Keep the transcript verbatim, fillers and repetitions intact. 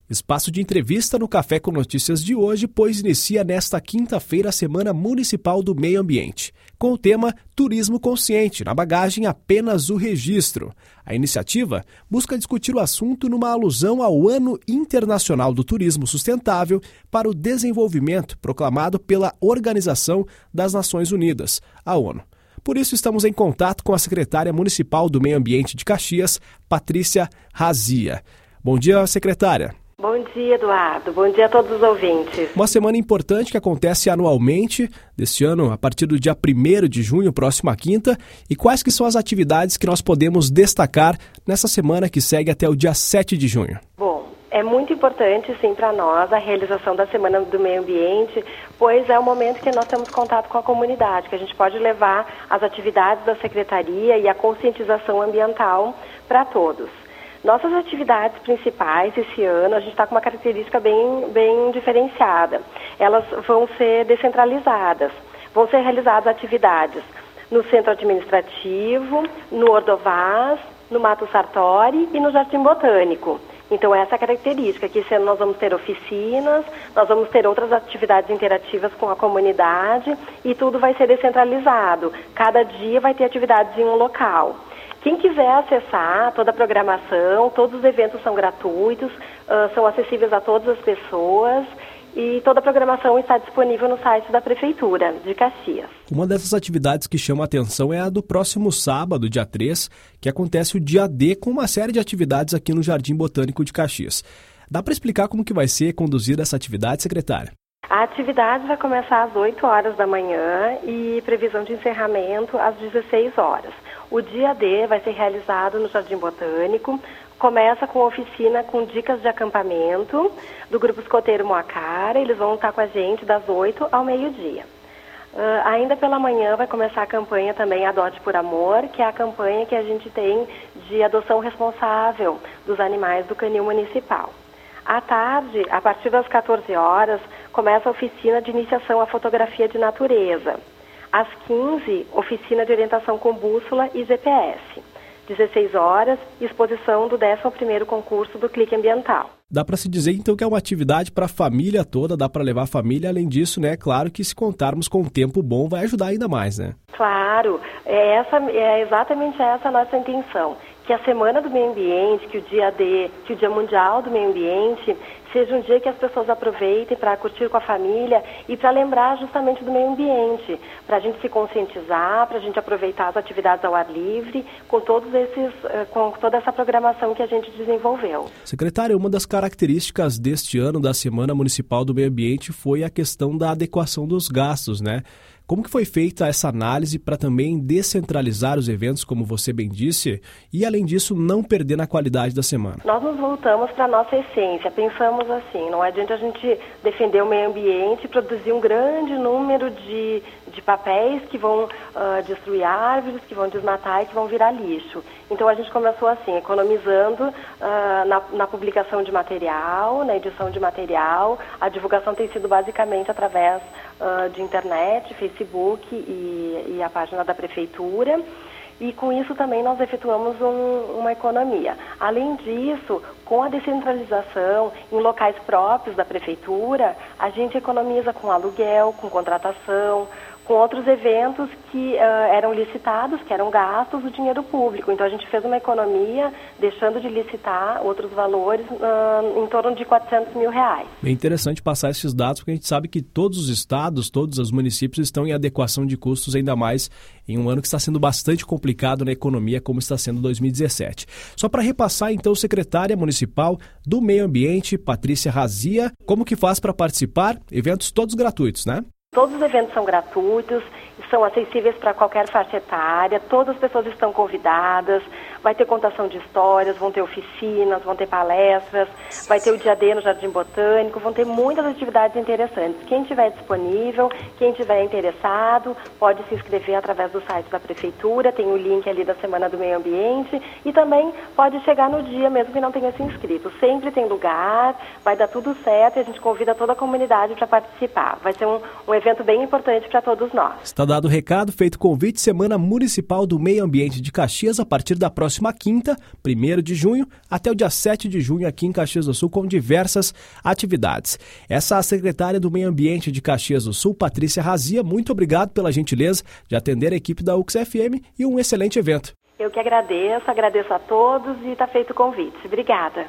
Espaço de entrevista no Café com Notícias de hoje, pois inicia nesta quinta-feira a Semana Municipal do Meio Ambiente, com o tema Turismo Consciente, na bagagem apenas o registro. A iniciativa busca discutir o assunto numa alusão ao Ano Internacional do Turismo Sustentável para o Desenvolvimento, proclamado pela Organização das Nações Unidas, a ONU. Por isso, estamos em contato com a secretária municipal do Meio Ambiente de Caxias, Patrícia Razia. Bom dia, secretária. Bom dia, Eduardo. Bom dia a todos os ouvintes. Uma semana importante que acontece anualmente, deste ano, a partir do dia primeiro de junho, próxima quinta. E quais que são as atividades que nós podemos destacar nessa semana que segue até o dia sete de junho? Bom, é muito importante, sim, para nós a realização da Semana do Meio Ambiente, pois é o momento que nós temos contato com a comunidade, que a gente pode levar as atividades da Secretaria e a conscientização ambiental para todos. Nossas atividades principais esse ano, a gente está com uma característica bem, bem diferenciada. Elas vão ser descentralizadas, vão ser realizadas atividades no Centro Administrativo, no Ordovás, no Mato Sartori e no Jardim Botânico. Então, essa é a característica, que esse ano nós vamos ter oficinas, nós vamos ter outras atividades interativas com a comunidade e tudo vai ser descentralizado. Cada dia vai ter atividades em um local. Quem quiser acessar toda a programação, todos os eventos são gratuitos, uh, são acessíveis a todas as pessoas e toda a programação está disponível no site da Prefeitura de Caxias. Uma dessas atividades que chama a atenção é a do próximo sábado, dia três, que acontece o dia D, com uma série de atividades aqui no Jardim Botânico de Caxias. Dá para explicar como que vai ser conduzida essa atividade, secretária? A atividade vai começar às oito horas da manhã e previsão de encerramento às dezesseis horas. O dia D vai ser realizado no Jardim Botânico, começa com oficina com dicas de acampamento do Grupo Escoteiro Moacara, eles vão estar com a gente das oito ao meio-dia. Uh, ainda pela manhã vai começar a campanha também Adote por Amor, que é a campanha que a gente tem de adoção responsável dos animais do canil municipal. À tarde, a partir das quatorze horas, começa a oficina de iniciação à fotografia de natureza. Às quinze, oficina de orientação com bússola e G P S. dezesseis horas, exposição do décimo primeiro concurso do Clique Ambiental. Dá para se dizer, então, que é uma atividade para a família toda, dá para levar a família. Além disso, né, claro que se contarmos com um tempo bom, vai ajudar ainda mais, né? Claro, é, essa, é exatamente essa a nossa intenção. Que a Semana do Meio Ambiente, que o Dia D, que o Dia Mundial do Meio Ambiente, seja um dia que as pessoas aproveitem para curtir com a família e para lembrar justamente do meio ambiente, para a gente se conscientizar, para a gente aproveitar as atividades ao ar livre, com todos esses, com toda essa programação que a gente desenvolveu. Secretária, uma das características deste ano da Semana Municipal do Meio Ambiente foi a questão da adequação dos gastos, né? Como que foi feita essa análise para também descentralizar os eventos, como você bem disse, e além disso não perder na qualidade da semana? Nós nos voltamos para a nossa essência, pensamos assim, não adianta a gente defender o meio ambiente e produzir um grande número de, de papéis que vão uh, destruir árvores, que vão desmatar e que vão virar lixo. Então a gente começou assim, economizando uh, na, na publicação de material, na edição de material. A divulgação tem sido basicamente através uh, de internet, Facebook e, e a página da Prefeitura. E com isso também nós efetuamos um, uma economia. Além disso, com a descentralização em locais próprios da Prefeitura, a gente economiza com aluguel, com contratação, com outros eventos que uh, eram licitados, que eram gastos do dinheiro público. Então a gente fez uma economia, deixando de licitar outros valores uh, em torno de quatrocentos mil reais. É interessante passar esses dados, porque a gente sabe que todos os estados, todos os municípios estão em adequação de custos, ainda mais em um ano que está sendo bastante complicado na economia, como está sendo dois mil e dezessete. Só para repassar, então, secretária municipal do Meio Ambiente, Patrícia Razia, como que faz para participar? Eventos todos gratuitos, né? Todos os eventos são gratuitos, são acessíveis para qualquer faixa etária, todas as pessoas estão convidadas, vai ter contação de histórias, vão ter oficinas, vão ter palestras, vai ter o dia D no Jardim Botânico, vão ter muitas atividades interessantes. Quem estiver disponível, quem estiver interessado, pode se inscrever através do site da Prefeitura, tem o link ali da Semana do Meio Ambiente e também pode chegar no dia mesmo que não tenha se inscrito. Sempre tem lugar, vai dar tudo certo e a gente convida toda a comunidade para participar. Vai ser um, um evento bem importante para todos nós. Está dado o recado, feito convite, Semana Municipal do Meio Ambiente de Caxias a partir da próxima próxima quinta, primeiro de junho, até o dia sete de junho aqui em Caxias do Sul, com diversas atividades. Essa é a secretária do Meio Ambiente de Caxias do Sul, Patrícia Razia. Muito obrigado pela gentileza de atender a equipe da U X F M e um excelente evento. Eu que agradeço, agradeço a todos e está feito o convite. Obrigada.